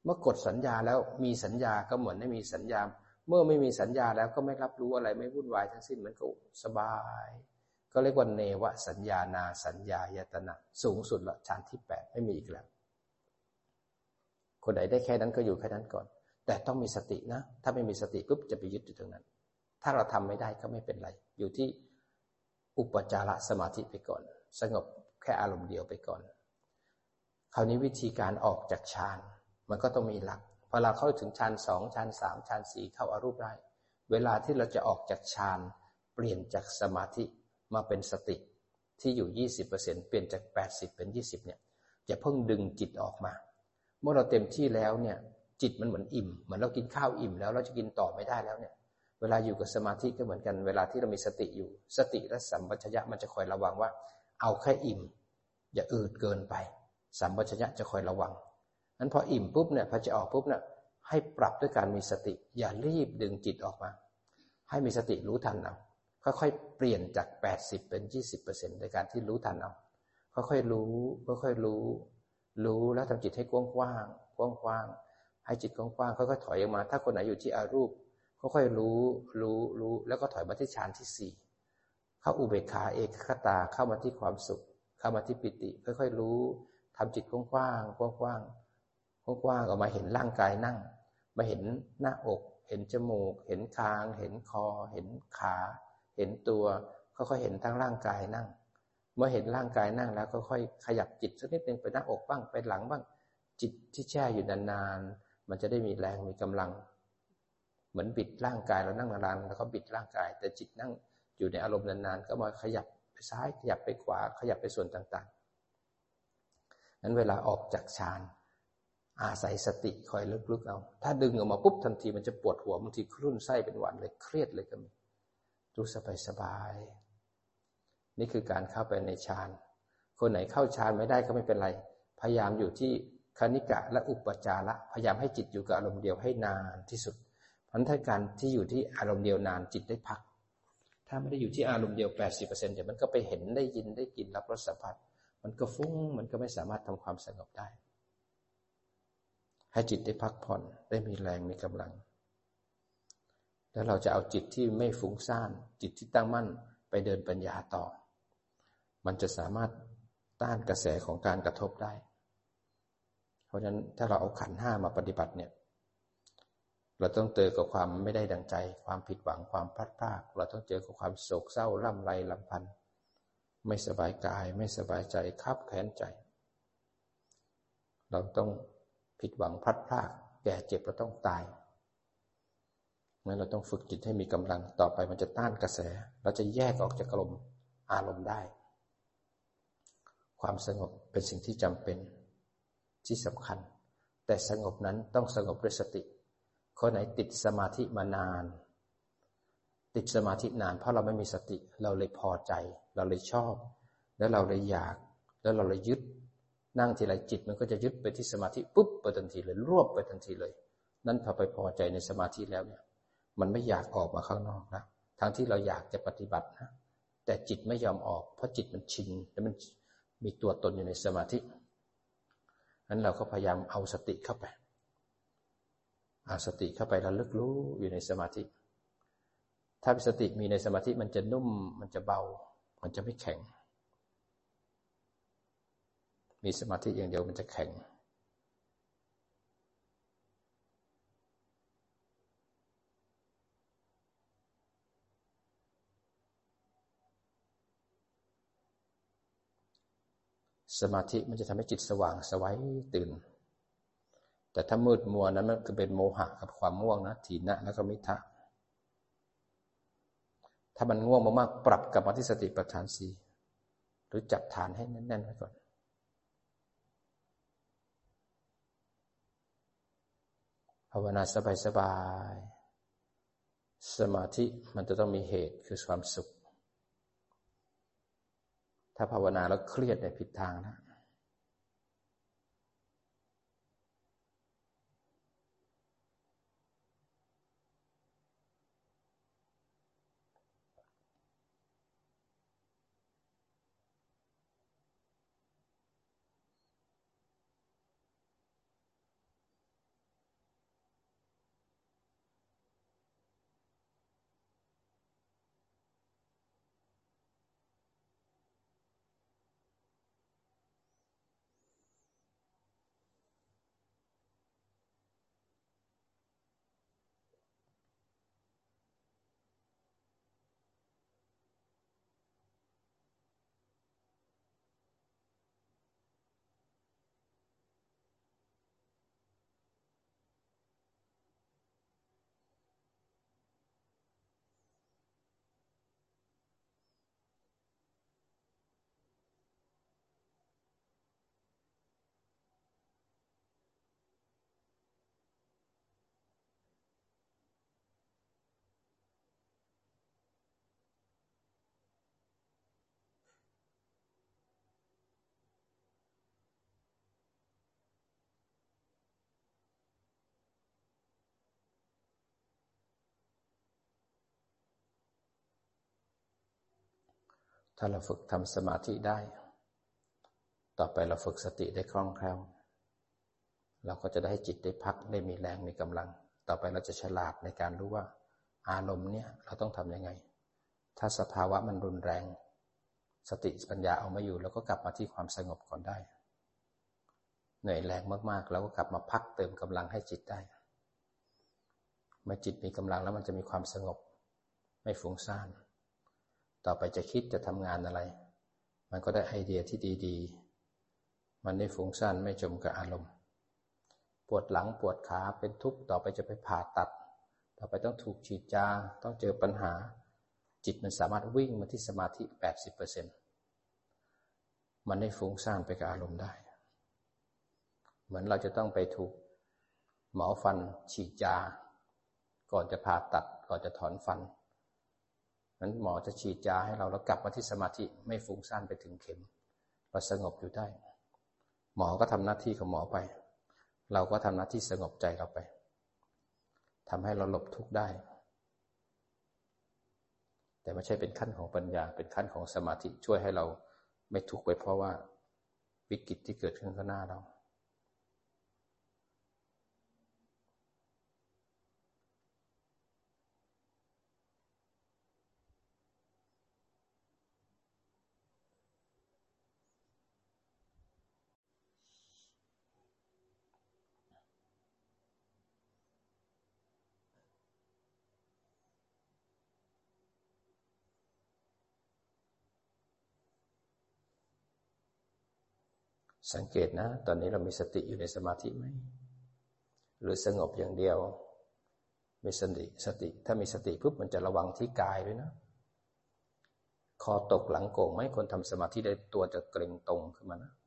S1: เมื่อกดสัญญาแล้วมีสัญญาก็เหมือนไม่มีสัญญาเมื่อไม่มีสัญญาแล้วก็ไม่รับรู้อะไรไม่วุ่นวายทั้งสิ้นมันก็สบายก็เรียกว่าเนวสัญญานาสัญญายตนะสูงสุดละฌานที่แปดไม่มีอีกแล้วคนไหนได้แค่นั้นก็อยู่แค่นั้นก่อนแต่ต้องมีสตินะถ้าไม่มีสติปุ๊บจะไปยึดอยู่ตรงนั้นถ้าเราทำไม่ได้ก็ไม่เป็นไรอยู่ที่อุปจารสมาธิไปก่อนสงบแค่อารมณ์เดียวไปก่อนคราวนี้วิธีการออกจากฌานมันก็ต้องมีหลักพอเราเข้าถึงฌานสองฌานสามฌานสี่เข้าอารูปได้เวลาที่เราจะออกจากฌานเปลี่ยนจากสมาธิมาเป็นสติที่อยู่ ยี่สิบเปอร์เซ็นต์ เปลี่ยนจากแปดสิบเป็นยี่สิบเนี่ยอย่าเพิ่งดึงจิตออกมาเมื่อเราเต็มที่แล้วเนี่ยจิตมันเหมือนอิ่มเหมือนเรากินข้าวอิ่มแล้วเราจะกินต่อไม่ได้แล้วเนี่ยเวลาอยู่กับสมาธิก็เหมือนกันเวลาที่เรามีสติอยู่สติและสัมปชัญญะมันจะคอยระวังว่าเอาแค่อิ่มอย่าอืดเกินไปสัมปชัญญะจะคอยระวังนั้นพออิ่มปุ๊บเนี่ยพอจะออกปุ๊บเนี่ยให้ปรับด้วยการมีสติอย่ารีบดึงจิตออกมาให้มีสติรู้ทันเอาค่อยๆเปลี่ยนจากแปดสิบเป็น ยี่สิบเปอร์เซ็นต์ ในการที่รู้ทันเอาค่อยๆรู้ค่อยๆรู้รู้แล้วทำจิตให้กว้างๆกว้างๆให้จิตกว้างๆค่อยๆถอยออกมาถ้าคนไหนอยู่ที่อารูปค่อยๆรู้รู้รู้แล้วก็ถอยมาที่ฌานที่สี่เข้าอุเบกขาเอกคตาเข้ามาที่ความสุขเข้ามาที่ปิติค่อยๆรู้ทำจิตกว้างๆกว้างๆกว้างๆออกมาเห็นร่างกายนั่งมาเห็นหน้าอกเห็นจมูกเห็นคางเห็นคอเห็นขาเห็นตัวค่อยๆเห็นทั้งร่างกายนั่งเมื่อเห็นร่างกายนั่งแล้วก็ค่อยขยับจิตสักนิดนึงไปหน้าอกบ้างไปหลังบ้างจิตที่แช่อยู่นานๆมันจะได้มีแรงมีกำลังเหมือนบิดร่างกายเรานั่งนานๆแล้วก็บิดร่างกายแต่จิตนั่งอยู่ในอารมณ์นานๆก็มาขยับไปซ้ายขยับไปขวาขยับไปส่วนต่างๆงั้นเวลาออกจากฌานอาศัยสติคอยลึกๆเอาถ้าดึงออกมาปุ๊บทันทีมันจะปวดหัวบางทีคลื่นไส้เป็นหวัดเลยเครียดเลยก็มีรู้สบายๆนี่คือการเข้าไปในฌานคนไหนเข้าฌานไม่ได้ก็ไม่เป็นไรพยายามอยู่ที่คณิกะและอุปจาระพยายามให้จิตอยู่กับอารมณ์เดียวให้นานที่สุดเพราะถ้าการที่อยู่ที่อารมณ์เดียวนานจิตได้พักถ้าไม่ได้อยู่ที่อารมณ์เดียว แปดสิบเปอร์เซ็นต์ เดี๋ยวมันก็ไปเห็นได้ยินได้กลิ่นรับรสสัมผัสมันก็ฟุ้งมันก็ไม่สามารถทำความสงบได้ให้จิตได้พักผ่อนได้มีแรงมีกำลังแล้วเราจะเอาจิตที่ไม่ฟุ้งซ่านจิตที่ตั้งมั่นไปเดินปัญญาต่อมันจะสามารถต้านกระแสของการกระทบได้เพราะฉะนั้นถ้าเราเอาขันธ์ห้ามาปฏิบัติเนี่ยเราต้องเจอกับความไม่ได้ดังใจความผิดหวังความพลาดพลาดเราต้องเจอกับความโศกเศร้าร่ำไรลำพันธ์ไม่สบายกายไม่สบายใจคับแค้นใจเราต้องผิดหวังพลาดพลาดแก่เจ็บเราต้องตายงั้นเราต้องฝึกจิตให้มีกำลังต่อไปมันจะต้านกระแสเราจะแยกออกจากอารมณ์อารมณ์ได้ความสงบเป็นสิ่งที่จำเป็นที่สำคัญแต่สงบนั้นต้องสงบด้วยสติคนไหนติดสมาธิมานานติดสมาธินานเพราะเราไม่มีสติเราเลยพอใจเราเลยชอบแล้วเราเลยอยากแล้วเราเลยยึดนั่งทีไรจิตมันก็จะยึดไปที่สมาธิปุ๊บไปทันทีเลยรวบไปทันทีเลยนั่นพอไปพอใจในสมาธิแล้วเนี่ยมันไม่อยากออกมาข้างนอกนะทั้งที่เราอยากจะปฏิบัตินะแต่จิตไม่ยอมออกเพราะจิตมันชินแล้วมันมีตัวตนอยู่ในสมาธินั้นเราก็พยายามเอาสติเข้าไปเอาสติเข้าไประลึกรู้อยู่ในสมาธิถ้าสติมีในสมาธิมันจะนุ่มมันจะเบามันจะไม่แข็งมีสมาธิอย่างเดียวมันจะแข็งสมาธิมันจะทำให้จิตสว่างไสวตื่นแต่ถ้ามืดมัวนั้นมันก็เป็นโมหะกับความง่วงนะถีนะแล้วก็มิทะถ้ามันง่วงมากๆปรับกลับมาที่สติปัฏฐานสี่หรือจับฐานให้แน่นๆไว้ก่อนภาวนาสบายๆสมาธิมันจะต้องมีเหตุคือความสุขถ้าภาวนาแล้วเครียดในผิดทางนะถ้าเราฝึกทำสมาธิได้ต่อไปเราฝึกสติได้คล่องแคล่วเราก็จะได้จิตได้พักได้มีแรงมีกำลังต่อไปเราจะฉลาดในการรู้ว่าอารมณ์เนี่ยเราต้องทำยังไงถ้าสภาวะมันรุนแรงสติปัญญาเอาไม่อยู่แล้วก็กลับมาที่ความสงบก่อนได้เหนื่อยแรงมากๆเราก็กลับมาพักเติมกำลังให้จิตได้เมื่อจิตมีกำลังแล้วมันจะมีความสงบไม่ฟุ้งซ่านต่อไปจะคิดจะทำงานอะไรมันก็ได้ไอเดียที่ดีๆมันได้ฟุ้งซ่านไม่จมกับอารมณ์ปวดหลังปวดขาเป็นทุกข์ต่อไปจะไปผ่าตัดต่อไปต้องถูกฉีดยาต้องเจอปัญหาจิตมันสามารถวิ่งมาที่สมาธิ แปดสิบเปอร์เซ็นต์ มันได้ฟุ้งซ่านไปกับอารมณ์ได้เหมือนเราจะต้องไปถูกหมอฟันฉีดยาก่อนจะผ่าตัดก่อนจะถอนฟันนั้นหมอจะฉีดยาให้เราแล้วกลับมาที่สมาธิไม่ฟุ้งซ่านไปถึงเข็มเราสงบอยู่ได้หมอก็ทำหน้าที่ของหมอไปเราก็ทำหน้าที่สงบใจเราไปทำให้เราหลบทุกข์ได้แต่ไม่ใช่เป็นขั้นของปัญญาเป็นขั้นของสมาธิช่วยให้เราไม่ทุกข์ไปเพราะว่าวิกฤตที่เกิดขึ้นข้างหน้าเราสังเกตนะตอนนี้เรามีสติอยู่ในสมาธิไหมหรือสงบอย่างเดียวมีสติสติถ้ามีสติปุ๊บมันจะระวังที่กายด้วยนะคอตกหลังโก่งไหมคนทำสมาธิได้ตัวจะเกร็งตรงขึ้นมานะ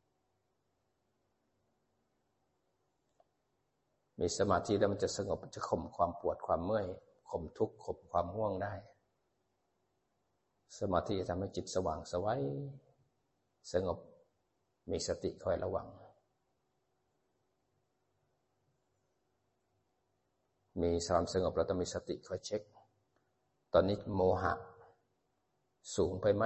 S1: มีสมาธิแล้วมันจะสงบจะข่มความปวดความเมื่อยข่มทุกข์ข่มความง่วงได้สมาธิจะทำให้จิตสว่างไสวสงบมีสติคอยระวังมีความสงบเราต้องมีสติคอยเช็คตอนนี้โมหะสูงไปไหม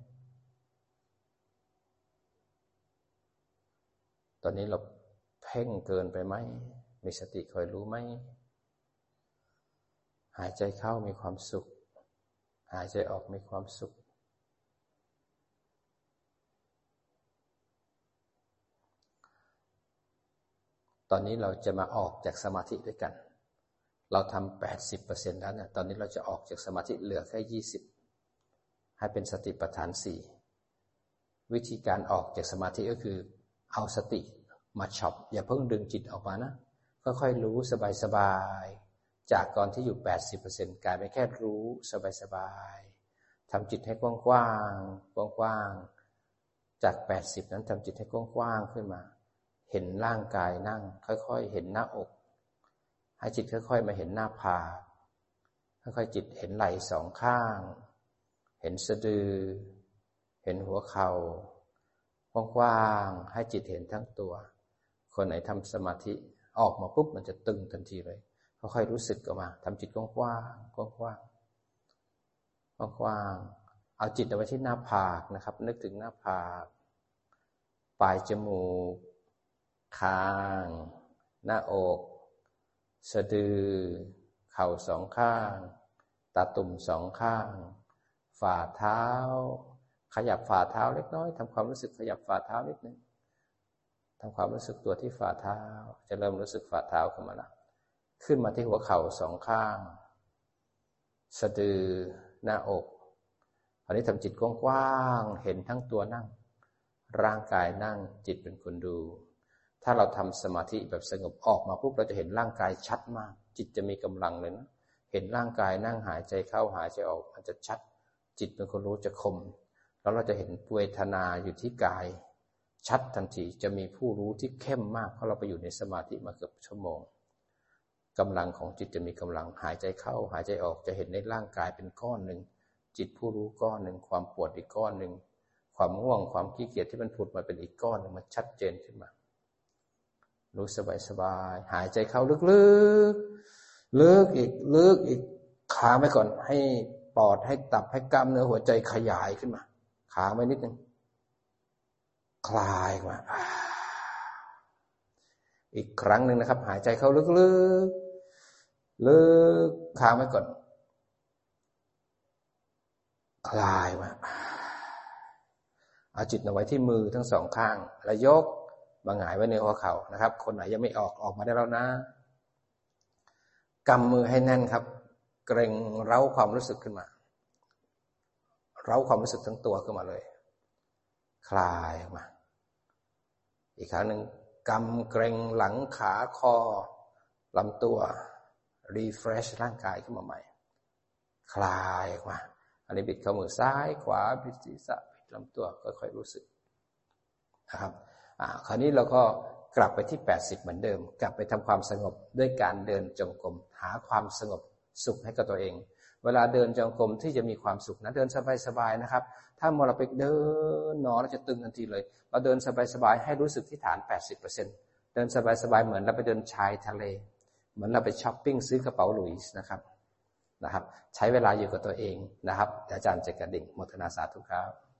S1: ตอนนี้เราเพ่งเกินไปไหมมีสติคอยรู้ไหมหายใจเข้ามีความสุขหายใจออกมีความสุขตอนนี้เราจะมาออกจากสมาธิด้วยกันเราทำ แปดสิบเปอร์เซ็นต์ แล้วนะตอนนี้เราจะออกจากสมาธิเหลือแค่ยี่สิบให้เป็นสติปัฏฐานสี่วิธีการออกจากสมาธิก็คือเอาสติมาช็อปอย่าเพิ่งดึงจิตออกมานะค่อยๆรู้สบายๆจากก่อนที่อยู่ แปดสิบเปอร์เซ็นต์ กลายเป็นแค่รู้สบายๆทำจิตให้กว้างๆกว้างๆจากแปดสิบนั้นทำจิตให้กว้างๆขึ้นมาเห็นร่างกายนั่งค่อยๆเห็นหน้าอกให้จิตค่อยๆมาเห็นหน้าผากค่อยๆจิตเห็นไหล่สองข้างเห็นสะดือเห็นหัวเข่ากว้างๆให้จิตเห็นทั้งตัวคนไหนทำสมาธิออกมาปุ๊บมันจะตึงทันทีเลยค่อยๆรู้สึกออกมาทำจิตกว้างๆกว้างๆกว้างๆเอาจิตเอาไว้ที่หน้าผากนะครับนึกถึงหน้าผากปลายจมูกคางหน้าอกสะดือเข่าสองข้างตาตุ่มสองข้างฝ่าเท้าขยับฝ่าเท้าเล็กน้อยทำความรู้สึกขยับฝ่าเท้านิดนึงทำความรู้สึกตัวที่ฝ่าเท้าจะเริ่มรู้สึกฝ่าเท้าขึ้นมาแล้วขึ้นมาที่หัวเข่าสองข้างสะดือหน้าอกคราวนี้ทำจิตกว้างๆเห็นทั้งตัวนั่งร่างกายนั่งจิตเป็นคนดูถ้าเราทำสมาธิแบบสงบออกมาปุ๊บเราจะเห็นร่างกายชัดมากจิตจะมีกำลังเลยนะเห็นร่างกายนั่งหายใจเข้าหายใจออกมันจะชัดจิตเป็นคนรู้จะคมแล้วเราจะเห็นเวทนาอยู่ที่กายชัดทันทีจะมีผู้รู้ที่เข้มมากเพราะเราไปอยู่ในสมาธิมาเกือบชั่วโมงกำลังของจิตจะมีกำลังหายใจเข้าหายใจออกจะเห็นในร่างกายเป็นก้อนหนึ่งจิตผู้รู้ก้อนหนึ่งความปวดอีกก้อนหนึ่งความง่วงความขี้เกียจที่มันผุดมาเป็นอีกก้อนหนึ่งมันชัดเจนขึ้นมารู้สบายๆหายใจเข้าลึกๆลึกอีกลึกอีกค้างไว้ก่อนให้ปอดให้ตับให้กล้ามเนื้อหัวใจขยายขึ้นมาค้างไว้นิดนึงคลายมาอีกครั้งหนึ่งนะครับหายใจเข้าลึกๆลึกค้างไว้ก่อนคลายมาเอาจิตเอาไว้ที่มือทั้งสองข้างแล้วยกมาหงายไว้ในหัวเข่านะครับคนไหนยังไม่ออกออกมาได้แล้วนะกำมือให้แน่นครับเกร็งเร้าความรู้สึกขึ้นมาเร้าความรู้สึกทั้งตัวขึ้นมาเลยคลายออกมาอีกครั้งหนึ่งกำเกร็งหลังขาคอลำตัว refresh ร่างกายขึ้นมาใหม่คลายออกมาอันนี้บิดเข้ามือซ้ายขวาบิดศีรษะบิดลำตัวค่อยๆรู้สึกนะครับอ่าคราวนี้เราก็กลับไปที่แปดสิบเหมือนเดิมกลับไปทำความสงบด้วยการเดินจงกรมหาความสงบสุขให้กับตัวเองเวลาเดินจงกรมที่จะมีความสุขนะเดินสบายๆนะครับถ้าเมื่อเราไปเดินหนอเราจะตึงทันทีเลยเราเดินสบายๆให้รู้สึกที่ฐาน แปดสิบเปอร์เซ็นต์ เดินสบายๆเหมือนเราไปเดินชายทะเลเหมือนเราไปช้อปปิ้งซื้อกระเป๋าหลุยส์นะครับนะครับใช้เวลาอยู่กับตัวเองนะครับอาจารย์จะกระดิ่งโมทนาสาธุครับ